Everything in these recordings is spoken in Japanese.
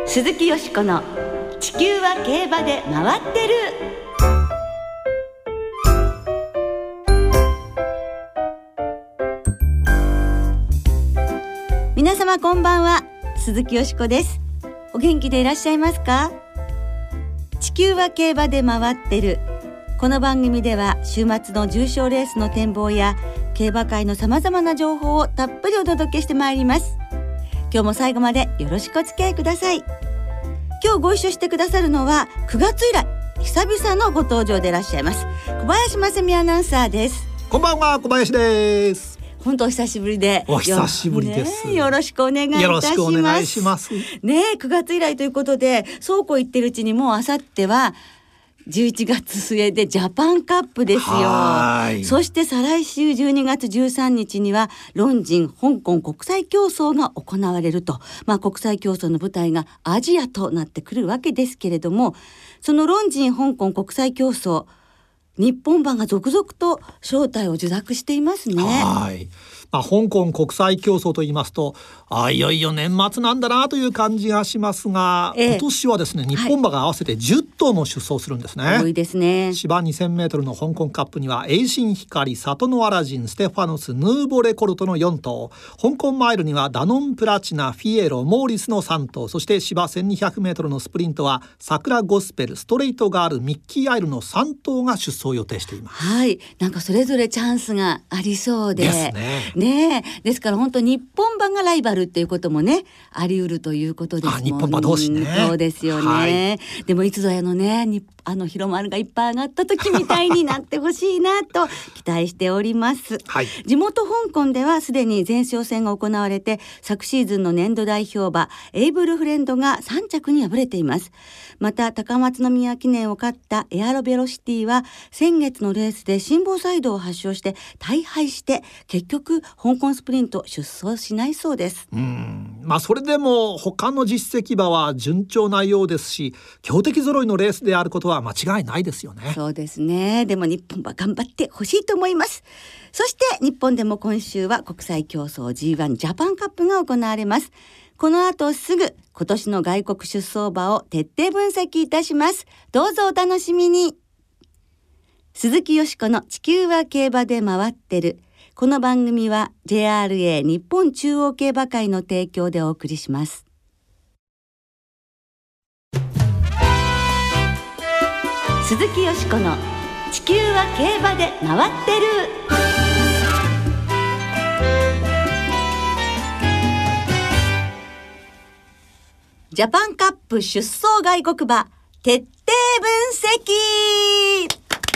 鈴木よしこの地球は競馬で回ってる。皆様こんばんは、鈴木よしこです。お元気でいらっしゃいますか？地球は競馬で回ってる。この番組では週末の重賞レースの展望や競馬界のさまざまな情報をたっぷりお届けしてまいります。今日も最後までよろしくお付き合いください。今日ご一緒してくださるのは9月以来久々のご登場でいらっしゃいます小林真美アナウンサーです。 こんばんは、小林です。 本当お久しぶりで。 お久しぶりです、 よろしくお願いいたします。 よろしくお願いしますね。9月以来ということで、そうこう言ってるうちにもうあさっては11月末でジャパンカップですよ。そして再来週12月13日にはロンジン香港国際競争が行われると、国際競争の舞台がアジアとなってくるわけですけれども、そのロンジン香港国際競争、日本馬が続々と招待を受諾していますね。 香港国際競争と言いますと、いよいよ年末なんだなという感じがしますが、今年はですね、日本馬が合わせて10頭も出走するんですね。 多いですね。 芝 2000m の香港カップにはエイシン光、里のアラジン、ステファノス、ヌーボレコルトの4頭、香港マイルにはダノンプラチナ、フィエロ、モーリスの3頭、そして芝 1200m のスプリントは桜ゴスペル、ストレイトガール、ミッキーアイルの3頭が出走を予定しています。 なんかそれぞれチャンスがありそうでですね。 ですから本当日本馬がライバルっていうこともね、あり得るということですもんね。 日本馬同士ね。 そうですよね。でもいつぞやのね、日の丸がいっぱい上がった時みたいになってほしいなと期待しております。地元香港ではすでに前哨戦が行われて、昨シーズンの年度代表馬エイブルフレンドが3着に敗れています。また高松宮記念を勝ったエアロベロシティは先月のレースで心房細動を発症して大敗して、結局香港スプリント出走しないそうです。 それでも他の実績馬は順調なようですし、強敵揃いのレースであることは間違いないですよね。 そうですね。でも日本馬頑張ってほしいと思います。そして日本でも今週は国際競争 G1 ジャパンカップが行われます。この後すぐ今年の外国出走馬を徹底分析いたします。どうぞお楽しみに。鈴木よしこの地球は競馬で回ってる。この番組は JRA 日本中央競馬会の提供でお送りします。鈴木よしこの地球は競馬で回ってる。ジャパンカップ出走外国馬徹底分析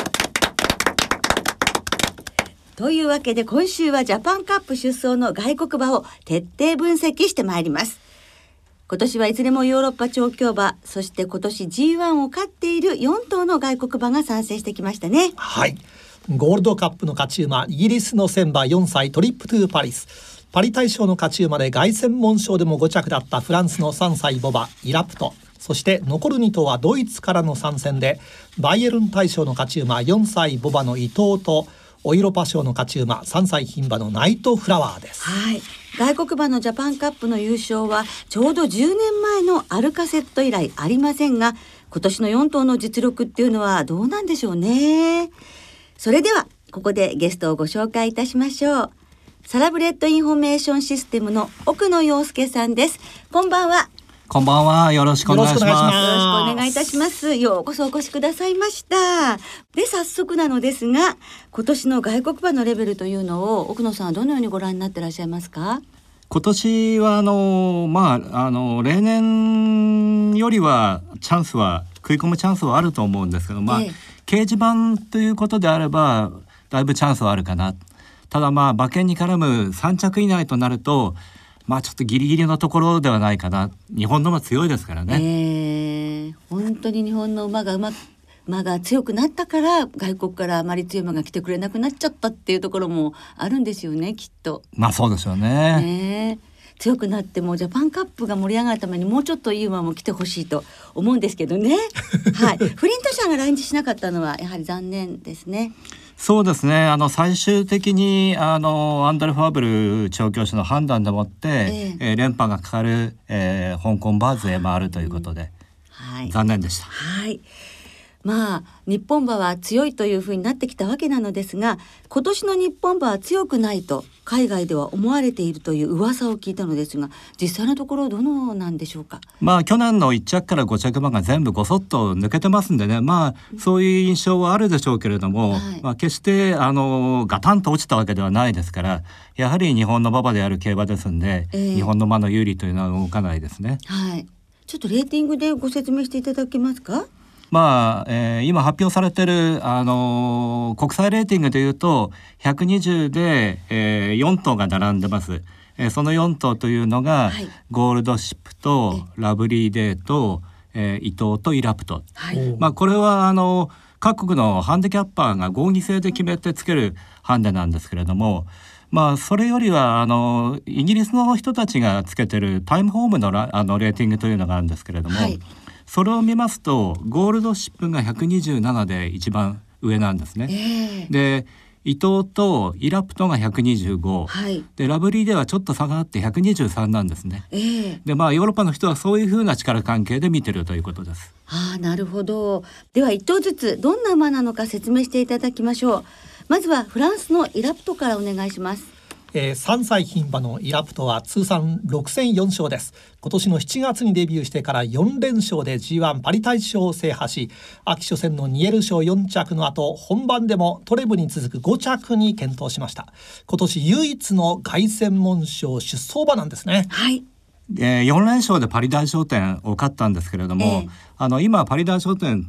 というわけで、今週はジャパンカップ出走の外国馬を徹底分析してまいります。今年はいずれもヨーロッパ調教馬、そして今年 G1 を勝っている4頭の外国馬が参戦してきましたね。 ゴールドカップの勝ち馬、イギリスの戦馬4歳トリップトゥーパリス、パリ大賞の勝ち馬で凱旋門賞でも5着だったフランスの3歳ボバイラプト、そして残る2頭はドイツからの参戦で、バイエルン大賞の勝ち馬4歳ボバの伊藤とオイロパ賞の勝ち馬3歳牝馬のナイトフラワーです。 外国馬のジャパンカップの優勝はちょうど10年前のアルカセット以来ありませんが、今年の4頭の実力っていうのはどうなんでしょうね。それではここでゲストをご紹介いたしましょう。サラブレッドインフォメーションシステムの奥野陽介さんです。こんばんは。 こんばんは。よろしくお願いします。 よろしくお願いいたします。ようこそお越しくださいました。で、早速なのですが、今年の外国馬のレベルというのを奥野さんはどのようにご覧になってらっしゃいますか？ 今年は例年よりは食い込むチャンスはあると思うんですけど、掲示板ということであればだいぶチャンスはあるかな。ただ馬券に絡む3着以内となるとちょっとギリギリのところではないかな。日本の馬強いですからね。 本当に日本の馬が強くなったから外国からあまり強い馬が来てくれなくなっちゃったっていうところもあるんですよね、きっと。 そうですよね。 強くなってもジャパンカップが盛り上がるためにもうちょっといい馬も来てほしいと思うんですけどねはい、フリント社が来日しなかったのはやはり残念ですね。 そうですね、最終的にアンドレ・ファーブル調教師の判断でもって、連覇がかかる、香港バーズへ回るということで、はい、残念でした。 はい、まあ日本馬は強いというふうになってきたわけなのですが、今年の日本馬は強くないと海外では思われているという噂を聞いたのですが、実際のところどのなんでしょうか。 まあ去年の1着から5着馬が全部ごそっと抜けてますんでね、まあそういう印象はあるでしょうけれども、はい、まあ、決してガタンと落ちたわけではないですから、やはり日本の馬場である競馬ですんで、日本の馬の有利というのは動かないですね。 はい、ちょっとレーティングでご説明していただけますか。 まあ今発表されている、国際レーティングでいうと120で、4頭が並んでます。その4頭というのが、はい、ゴールドシップとラブリーデーと、伊藤とイラプト、はい、まあ、これは各国のハンデキャッパーが合議制で決めてつけるハンデなんですけれども、まあ、それよりはイギリスの人たちがつけてるタイムホームのレーティングというのがあるんですけれども、はい、それを見ますとゴールドシップが127で一番上なんですね。で伊藤とイラプトが125、はい、でラブリーではちょっと差があって123なんですね。でまあヨーロッパの人はそういうふうな力関係で見てるということです。 なるほど。では一頭ずつどんな馬なのか説明していただきましょう。まずはフランスのイラプトからお願いします。 3歳牝馬のイラプトは通算6戦4勝です。今年の7月にデビューしてから4連勝で G1 パリ大賞を制覇し、秋初戦のニエル賞4着の後、本番でもトレブに続く5着に健闘しました。今年唯一の凱旋門賞出走馬なんですね。 はい、 4連勝でパリ大賞典を勝ったんですけれども、今パリ大賞典って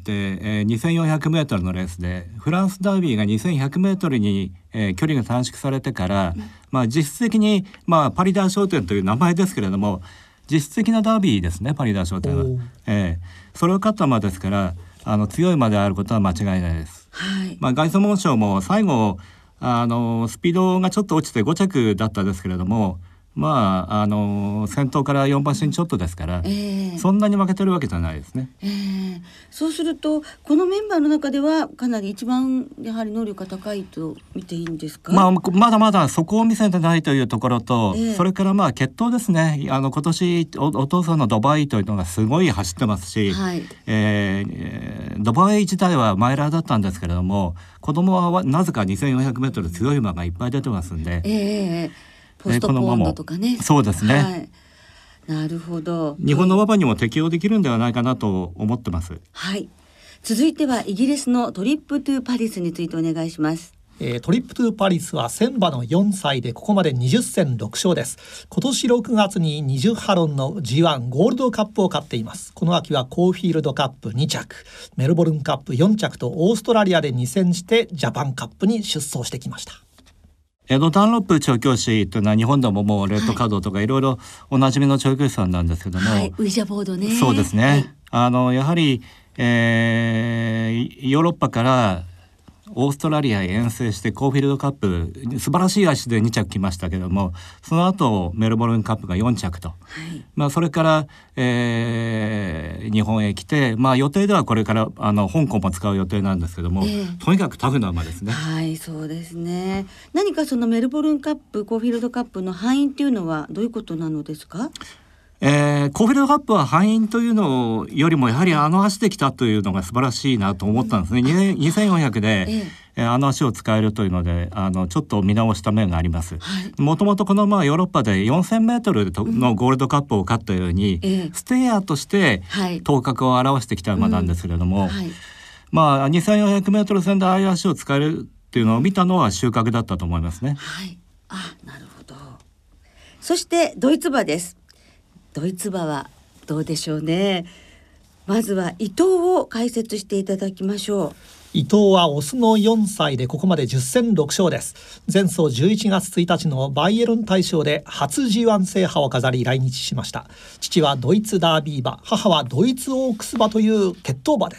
、2400m のレースで、フランスダービーが 2100m に、距離が短縮されてから、まあ、実質的に、まあ、パリ大賞典という名前ですけれども実質的なダービーですね、パリ大賞典は。それを勝った馬ですから強い馬であることは間違いないです。はい、まあ、凱旋門賞も最後スピードがちょっと落ちて5着だったですけれども、まあ先頭から4馬身ちょっとですから、そんなに負けてるわけじゃないですね。 そうするとこのメンバーの中ではかなり一番やはり能力が高いと見ていいんですか。 まだまだそこを見せてないというところと、それからまあ血統ですね。今年 お父さんのドバイというのがすごい走ってますし、はい、ドバイ自体はマイラーだったんですけれども、子供はなぜか 2400m 強い馬がいっぱい出てますんで、 ポストポーンドとかね。 そうですね、 はい、なるほど。 日本の馬場にも適用できるんではないかなと思ってます。 はい、続いてはイギリスのトリップトゥパリスについてお願いします。 トリップトゥパリスは1000馬の4歳でここまで20戦6勝です。今年6月に20ハロンの G1 ゴールドカップを勝っています。この秋はコーフィールドカップ2着、メルボルンカップ4着とオーストラリアで2戦してジャパンカップに出走してきました。 ダンロップ調教師というのは日本でももうレッドカードとかいろいろおなじみの調教師さんなんですけども、 ウイジャボードね。 そうですね、やはり、ヨーロッパからオーストラリアへ遠征してコーフィールドカップ素晴らしい足で2着来ましたけども、その後メルボルンカップが4着と、まあ、それから、日本へ来て、まあ、予定ではこれから香港も使う予定なんですけども、とにかくタフな馬ですね。 はい、そうですね。何かそのメルボルンカップコーフィールドカップの敗因っていうのはどういうことなのですか。 コーフィールドカップは敗因というのよりもやはり足で来たというのが素晴らしいなと思ったんですね。2400で、足を使えるというのでちょっと見直した面があります。もともとこのヨーロッパで 4000m のゴールドカップを勝ったように、ステイヤーとして頭角を現してきた馬なんですけれども、まあ 2400m 戦でああいう足を使えるっていうのを見たのは収穫だったと思いますね。 はい、なるほど。そしてドイツ馬です。ドイツ馬はどうでしょうね。まずは伊藤を解説していただきましょう。 伊藤はオスの4歳でここまで10戦6勝です。前走11月1日のバイエルン大賞で初 G1 制覇を飾り来日しました。父はドイツダービー馬、母はドイツオークス馬という血統馬です。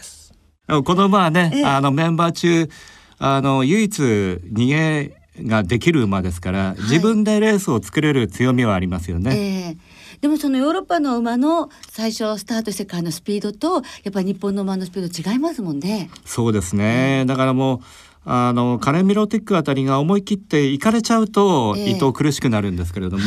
この馬はね、メンバー中唯一逃げができる馬ですから、自分でレースを作れる強みはありますよね。 でもそのヨーロッパの馬の最初スタートしてからのスピードとやっぱり日本の馬のスピード違いますもんね。 そうですね、だからもうカレン・ミロティックあたりが思い切って行かれちゃうと、伊藤苦しくなるんですけれども、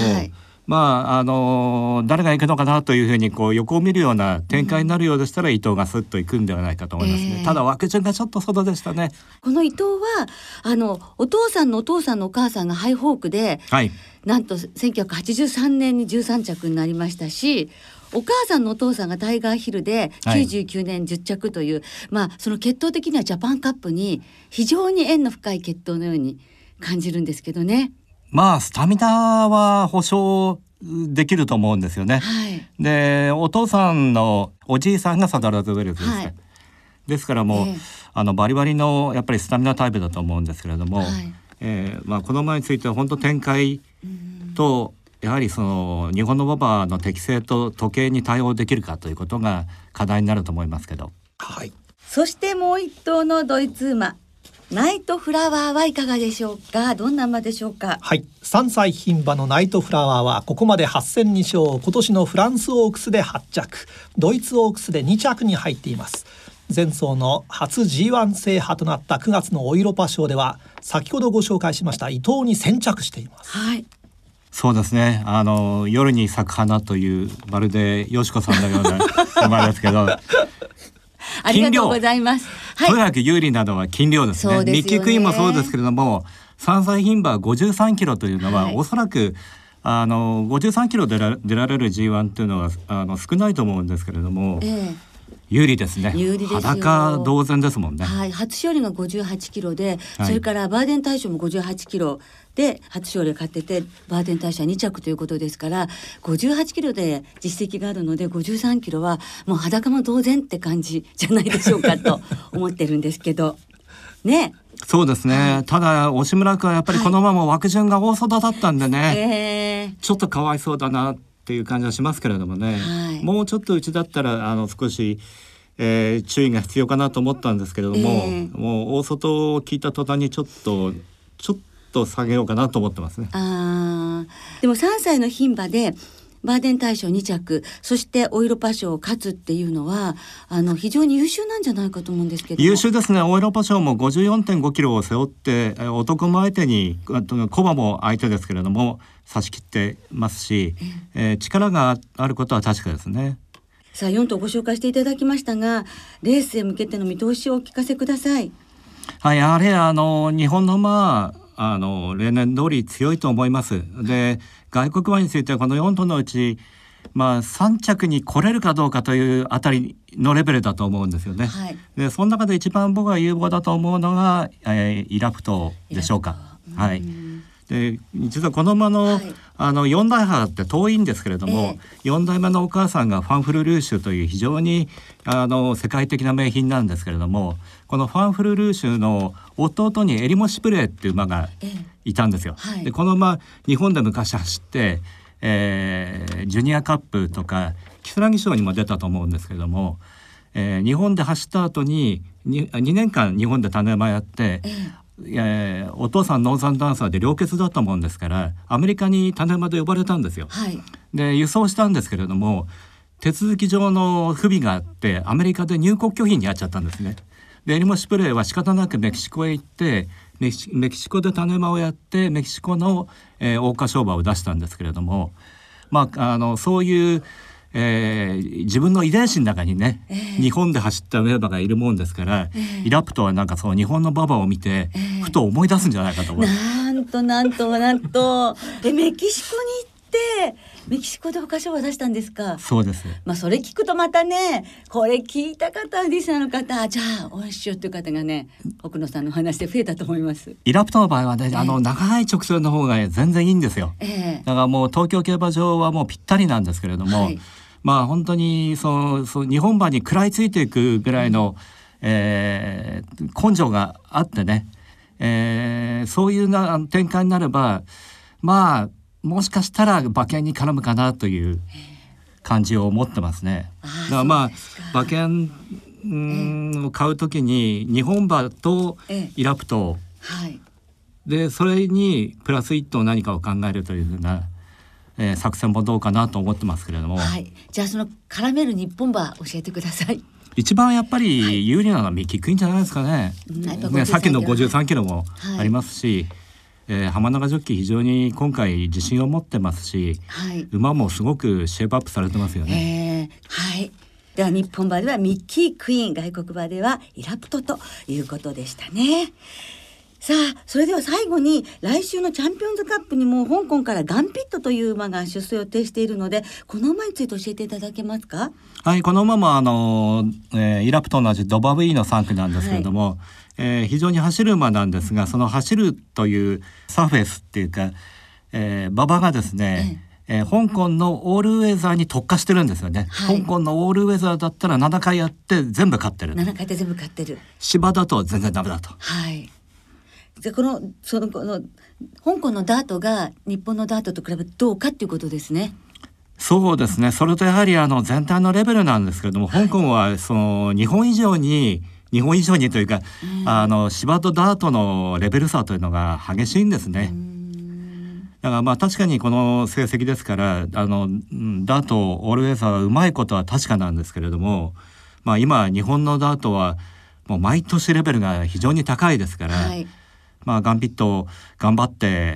誰が行くのかなというふうに横を見るような展開になるようでしたら、伊藤がスッと行くんではないかと思いますね。ただ枠順がちょっと外でしたね。 この伊藤はお父さんのお父さんのお母さんがハイホークで、なんと1983年に13着になりましたし、お母さんのお父さんがタイガーヒルで99年10着という、その血統的にはジャパンカップに非常に縁の深い血統のように感じるんですけどね。 スタミナは保証できると思うんですよね。でお父さんのおじいさんがサダラズウェルズですね。ですからもう、バリバリのやっぱりスタミナタイプだと思うんですけれども、この馬については本当展開とやはりその日本の馬場の適性と時計に対応できるかということが課題になると思いますけど、 そしてもう一頭のドイツ馬ナイトフラワーはいかがでしょうか。どんな馬でしょうか。 3歳牝馬のナイトフラワーはここまで8戦2勝、今年のフランスオークスで8着、ドイツオークスで2着に入っています。前走の初 G1 制覇となった9月のオイロパ賞では先ほどご紹介しました伊藤に先着しています。 そうですね、夜に咲く花というまるでよしこさんのような馬ですけどありがとうございます。 とにかく有利なのは斤量ですね。ミッキークイーンもそうですけれども、3歳牝馬53キロというのは、おそらく53キロで出られる G1 というのは少ないと思うんですけれども、有利ですね。裸同然ですもんね。 初勝利が58キロで、それからバーデン大賞も58キロで初勝利を勝ってて、バーデン大賞は2着ということですから、58キロで実績があるので53キロはもう裸も同然って感じじゃないでしょうかと思ってるんですけどね。 そうですね、ただ押村君はやっぱりこのまま枠順が大外だったんでね、ちょっとかわいそうだなっていう感じはしますけれどもね、もうちょっとうちだったら少し、注意が必要かなと思ったんですけれども、もう大外を聞いた途端にちょっと下げようかなと思ってますね。 でも3歳の牝馬でバーデン大賞2着、そしてオイロパ賞を勝つっていうのは非常に優秀なんじゃないかと思うんですけど。 優秀ですね。オイロパ賞も 54.5 キロを背負って男も相手にコバも相手ですけれども差し切ってますし、力があることは確かですね。 さあ4頭ご紹介していただきましたが、レースへ向けての見通しをお聞かせください。 やはり日本の馬例年通り強いと思います。で外国馬についてはこの4頭のうち、3着に来れるかどうかというあたりのレベルだと思うんですよね。でその中で一番僕が有望だと思うのが、イラプトでしょうか。で実はこの馬の、4代派って遠いんですけれども、4代目のお母さんがファンフルルーシュという非常に世界的な名品なんですけれども、このファンフルルーシュの弟にエリモシプレーっていう馬がいたんですよ。でこの馬日本で昔走って、ジュニアカップとか如月賞にも出たと思うんですけれども、日本で走った後に 2年間日本で種馬やって、お父さんノーザンダンサーで良血だったもんですからアメリカに種馬で呼ばれたんですよ。で輸送したんですけれども手続き上の不備があってアメリカで入国拒否にあっちゃったんですね。でエリモシプレーは仕方なくメキシコへ行ってメキシコで種馬をやってメキシコの、桜花賞馬を出したんですけれども、そういう自分の遺伝子の中にね、日本で走った名馬がいるもんですから、イラプトはなんかそう日本の馬場を見て、ふと思い出すんじゃないかと思います。 なんとメキシコに行ってメキシコで桜花賞馬出したんですか。 そうです。 それ聞くとまたね、これ聞いた方リスナーの方じゃあ応援しようという方がね奥野さんの話で増えたと思います。 イラプトの場合はね、長い直線の方が全然いいんですよ。だからもう東京競馬場はもうぴったりなんですけれども、本当にそう日本馬に食らいついていくぐらいの、根性があってね、そういう展開になればもしかしたら馬券に絡むかなという感じを持ってますね。だから馬券を買うときに日本馬とイラプトでそれにプラス1頭何かを考えるというふうな、作戦もどうかなと思ってますけれども、 はい、じゃあその絡める日本馬教えてください。 一番やっぱり有利なのはミッキークイーンじゃないですかね。さっきの53キロもありますし、浜中ジョッキー非常に今回自信を持ってますし、はい、馬もすごくシェイプアップされてますよね。 はい、では日本馬ではミッキークイーン、外国馬ではイラプトということでしたね。さあ、それでは最後に来週のチャンピオンズカップにも香港からガンピットという馬が出走予定しているので、この馬について教えていただけますか？ はい、この馬もイラプと同じドバブイの3区なんですけれども、はい、非常に走る馬なんですが、その走るというサーフェスっていうか、馬場がですね、香港のオールウェザーに特化してるんですよね、はい、香港のオールウェザーだったら7回やって全部勝ってる。 7回で全部勝ってる。 芝だと全然ダメだと。 はい。でこの香港のダートが日本のダートと比べてどうかっていうことですね。 そうですね。それとやはり全体のレベルなんですけれども、はい、香港はその日本以上にというか、芝とダートのレベル差というのが激しいんですね。だから確かにこの成績ですからダートオールウェザーはうまいことは確かなんですけれども、今日本のダートはもう毎年レベルが非常に高いですから、はい、ガンピット頑張って、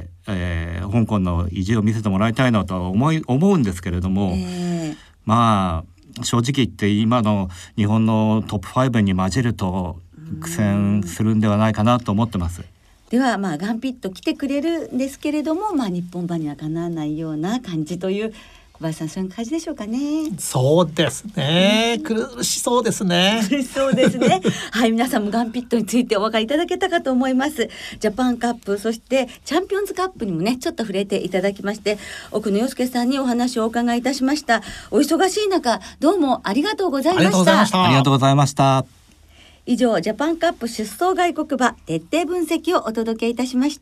香港の意地を見せてもらいたいなと思うんですけれども、正直言って今の日本のトップ5に混じると苦戦するんではないかなと思ってます。 ではガンピット来てくれるんですけれども、日本馬にはかなわないような感じという小林さん、そういう感じでしょうかね。 そうですね、苦しそうですね。 苦しそうですねはい、皆さんもガンピットについてお分かりいただけたかと思います。ジャパンカップ、そしてチャンピオンズカップにもねちょっと触れていただきまして、奥野陽介さんにお話をお伺いいたしました。お忙しい中どうもありがとうございました。 ありがとうございました。 以上、ジャパンカップ出走外国馬徹底分析をお届けいたしました。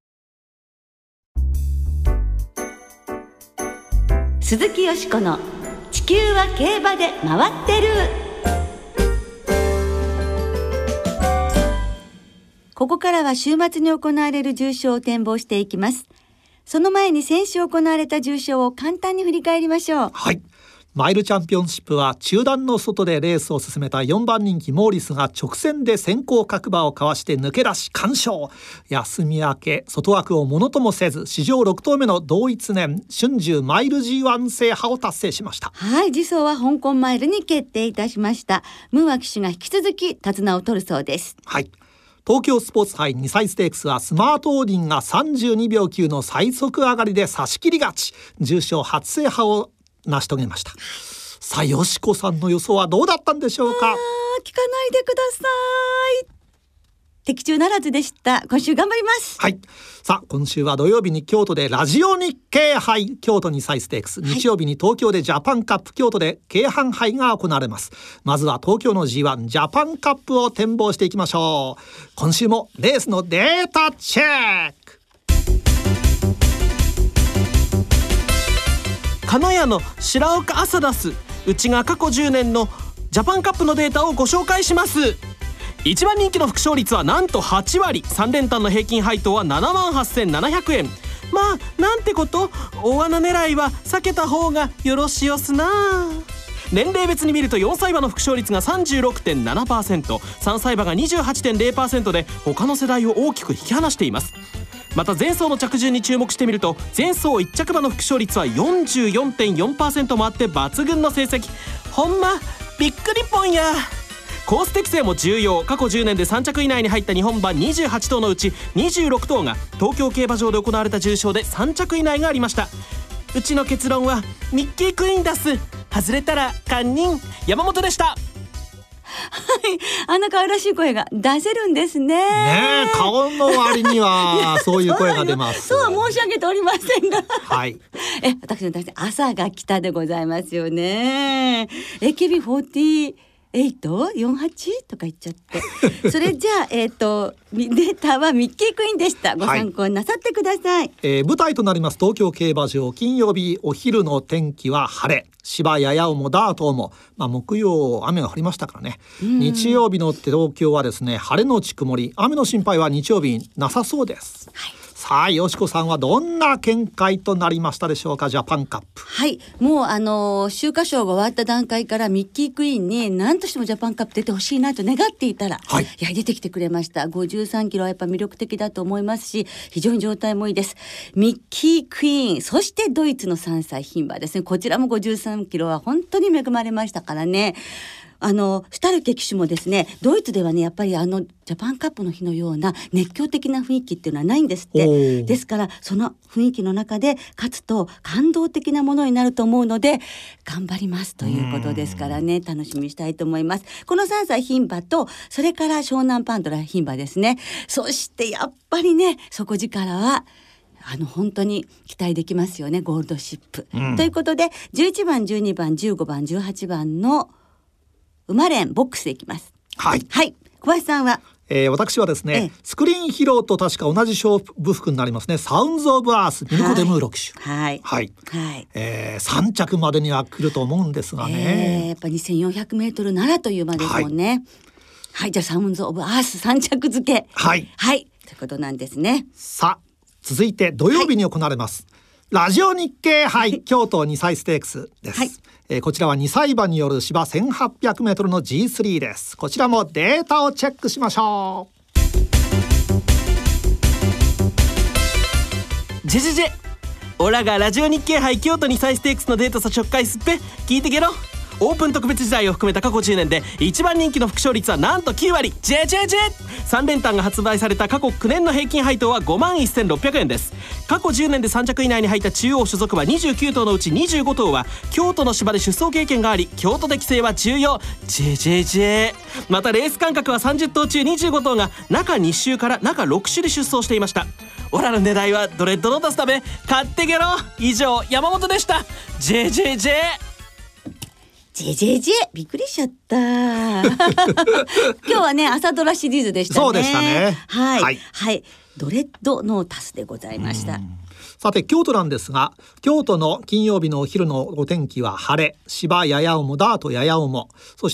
鈴木よしこの地球は競馬で回ってる。ここからは週末に行われる重賞を展望していきます。その前に先週行われた重賞を簡単に振り返りましょう。 はい、マイルチャンピオンシップは中段の外でレースを進めた4番人気モーリスが直線で先行各馬をかわして抜け出し完勝。休み明け外枠をものともせず史上6頭目の同一年春秋マイル G1 制覇を達成しました。 はい、次走は香港マイルに決定いたしました。ムーア騎手が引き続き手綱を取るそうです。 はい、東京スポーツ杯2歳ステークスはスマートオーディンが32秒9の最速上がりで差し切り勝ち、重賞初制覇を成し遂げました。さあ、よしこさんの予想はどうだったんでしょうか？ 聞かないでください。的中ならずでした。今週頑張ります。 はい、さあ今週は土曜日に京都でラジオ日経杯京都2歳ステークス、日曜日に東京でジャパンカップ京都で京阪杯が行われます。まずは東京の G1 ジャパンカップを展望していきましょう。今週もレースのデータチェック。 金谷の白岡アサダス、うちが過去10年のジャパンカップのデータをご紹介します。1番人気の副勝率はなんと8割、3連単の平均配当は78,700円。なんてこと、大穴狙いは避けた方がよろしおすな。年齢別に見ると4歳馬の副勝率が 36.7%、 3歳馬が 28.0% で他の世代を大きく引き離しています。また前走の着順に注目してみると、前走1着馬の副勝率は 44.4% もあって抜群の成績。ほんまびっくりぽんや。コース適正も重要。過去10年で3着以内に入った日本馬28頭のうち26頭が東京競馬場で行われた重賞で3着以内がありました。うちの結論はミッキークイーン出す。外れたら堪忍。山本でした。はい、 あんな可愛らしい声が出せるんですね。 顔の割にはそういう声が出ます。 そうは申し上げておりませんがはい、 私の大好き朝が来たでございますよね。AKB48 48とか言っちゃってそれじゃあデータはミッキークイーンでした。ご参考になさってください。 舞台となります東京競馬場、金曜日お昼の天気は晴れ、芝ややおもダートも、木曜雨が降りましたからね。日曜日の東京はですね、晴れのち曇り、雨の心配は日曜日なさそうです。さあ、よしこさんはどんな見解となりましたでしょうか。ジャパンカップ。 はい、もう秋華賞が終わった段階からミッキークイーンに何としてもジャパンカップ出てほしいなと願っていたら、やはり出てきてくれました。53キロはやっぱ魅力的だと思いますし、非常に状態もいいです。ミッキークイーン、そしてドイツの3歳牝馬ですね。こちらも53キロは本当に恵まれましたからね。シュタルケ騎手もですね、ドイツではね、やっぱりジャパンカップの日のような熱狂的な雰囲気っていうのはないんですって。ですからその雰囲気の中で勝つと感動的なものになると思うので頑張りますということですからね、楽しみにしたいと思います。この3歳牝馬と、それから湘南パンドラ牝馬ですね。そしてやっぱりね、底力は本当に期待できますよね、ゴールドシップ、ということで11番12番15番18番の馬連ボックスでいきます。はい、小林さんは私はですね、スクリーンヒロと確か同じ勝負服になりますね。サウンズオブアース、ミルコ・デムーロ騎手。3着までには来ると思うんですがね。やっぱ2400メートルならという馬ですもんね。じゃあサウンズオブアース3着付け。ということなんですね。 さあ、続いて土曜日に行われます、ラジオ日経杯京都2歳ステークスです。こちらは2歳馬による芝 1800m の G3 です。こちらもデータをチェックしましょう。ジェジェジェ、オラがラジオ日経杯京都2歳ステークスのデータさちょっかいすっぺ聞いてけろ。オープン特別時代を含めた過去10年で一番人気の副勝率はなんと9割。ジェジェジェ、3連単が発売された過去9年の平均配当は51,600円です。過去10年で3着以内に入った中央所属馬29頭のうち25頭は京都の芝で出走経験があり、京都で規制は重要。ジェジェジェ、またレース間隔は30頭中25頭が中2週から中6週で出走していました。オラの狙いはドレッドノータスため買ってけろ。以上、山本でした。ジェジェジェ。 ジェジェジェ、びっくりしちゃった今日はね、朝ドラシリーズでしたね。 そうでしたね。 ドレッドノータスでございました。 さて、京都なんですが、京都の金曜日のお昼のお天気は晴れ、芝ややおも、ダートややおも、そして、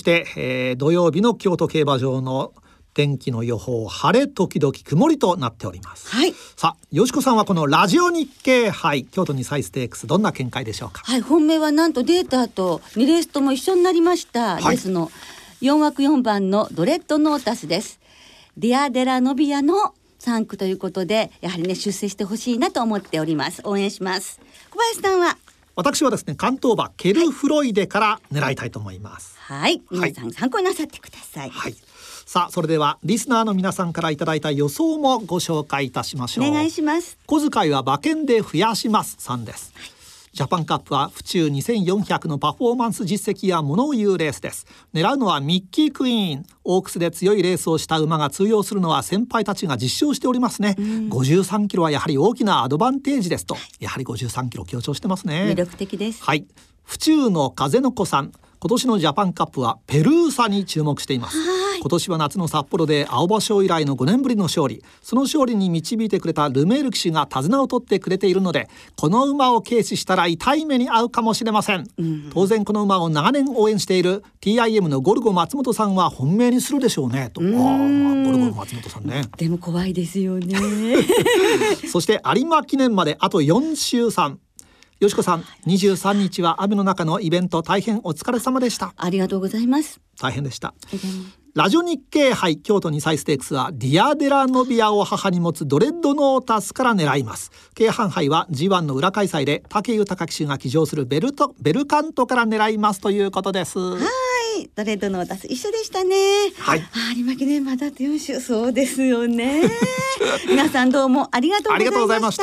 土曜日の京都競馬場の天気の予報、晴れ時々曇りとなっております。さあ、よしこさんはこのラジオ日経杯京都2歳ステークス、どんな見解でしょうか。 本命はなんとデータと2レースとも一緒になりました。レースの4枠4番のドレッドノータスです。ディアデラノビアの3区ということで、やはりね、出世してほしいなと思っております。応援します。小林さんは。 私はですね、関東馬ケルフロイデから狙いたいと思います。 皆さん参考になさってください。 さあ、それではリスナーの皆さんからいただいた予想もご紹介いたしましょう。 お願いします。 小遣いは馬券で増やしますさんです。ジャパンカップは府中2400のパフォーマンス実績やものを言うレースです。狙うのはミッキークイーン。オークスで強いレースをした馬が通用するのは先輩たちが実証しておりますね。53キロはやはり大きなアドバンテージですと、やはり53キロ強調してますね。 魅力的です。 府中の風の子さん、今年のジャパンカップはペルーサに注目しています。今年は夏の札幌で青葉賞以来の5年ぶりの勝利、その勝利に導いてくれたルメール騎手が手綱を取ってくれているので、この馬を軽視したら痛い目に遭うかもしれません。当然この馬を長年応援している TIM のゴルゴ松本さんは本命にするでしょうねと。ゴルゴ松本さんね。 でも怖いですよねそして有馬記念まであと4週3。よしこさん、23日は雨の中のイベント、大変お疲れ様でした。 ありがとうございます。 大変でした。ラジオ日経杯京都2歳ステークスはディアデラノビアを母に持つドレッドノータスから狙います。京阪杯は G1 の裏開催で武豊騎手が騎乗するベルカントから狙いますということです。 ドレッドノータス一緒でしたね。有馬記念まだ4週。そうですよね皆さんどうもありがとうございました。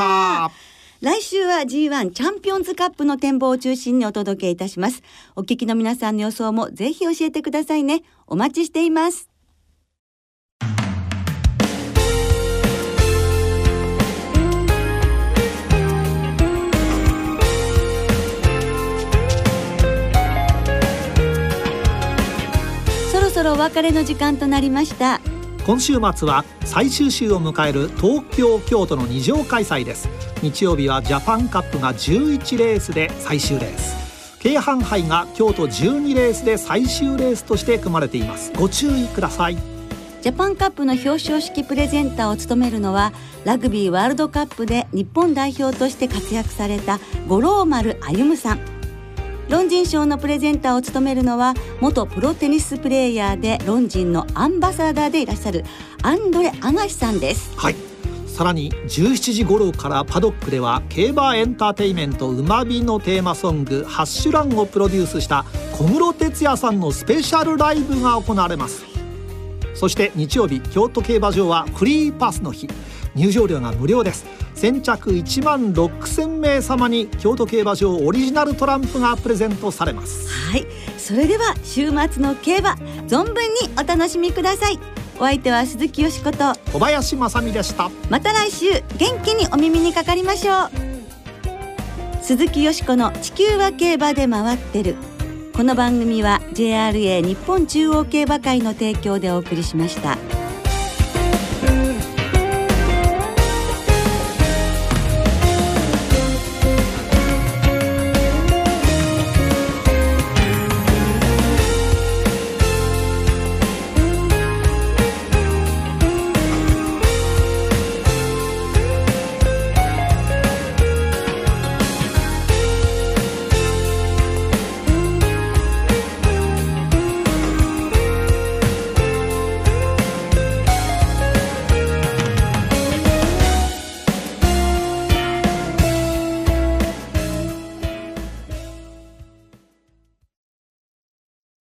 来週は G1 チャンピオンズカップの展望を中心にお届けいたします。お聞きの皆さんの予想もぜひ教えてくださいね。お待ちしています。 そろお別れの時間となりました。 今週末は最終週を迎える東京京都の2場開催です。日曜日はジャパンカップが11レースで最終レース、京阪杯が京都12レースで最終レースとして組まれています。ご注意ください。 ジャパンカップの表彰式プレゼンターを務めるのはラグビーワールドカップで日本代表として活躍された五郎丸歩さん。ロンジン賞のプレゼンターを務めるのは元プロテニスプレーヤーでロンジンのアンバサダーでいらっしゃるアンドレ・アガシさんです。 はい、さらに17時頃からパドックでは競馬エンターテイメント馬美のテーマソングハッシュランをプロデュースした小室哲哉さんのスペシャルライブが行われます。そして日曜日、京都競馬場はフリーパスの日、入場料が無料です。先着1万6000名様に京都競馬場オリジナルトランプがプレゼントされます。 はい、それでは週末の競馬存分にお楽しみください。お相手は鈴木よしこと小林正美でした。 また来週元気にお耳にかかりましょう。鈴木よしこの地球は競馬で回ってる。この番組は JRA 日本中央競馬会の提供でお送りしました。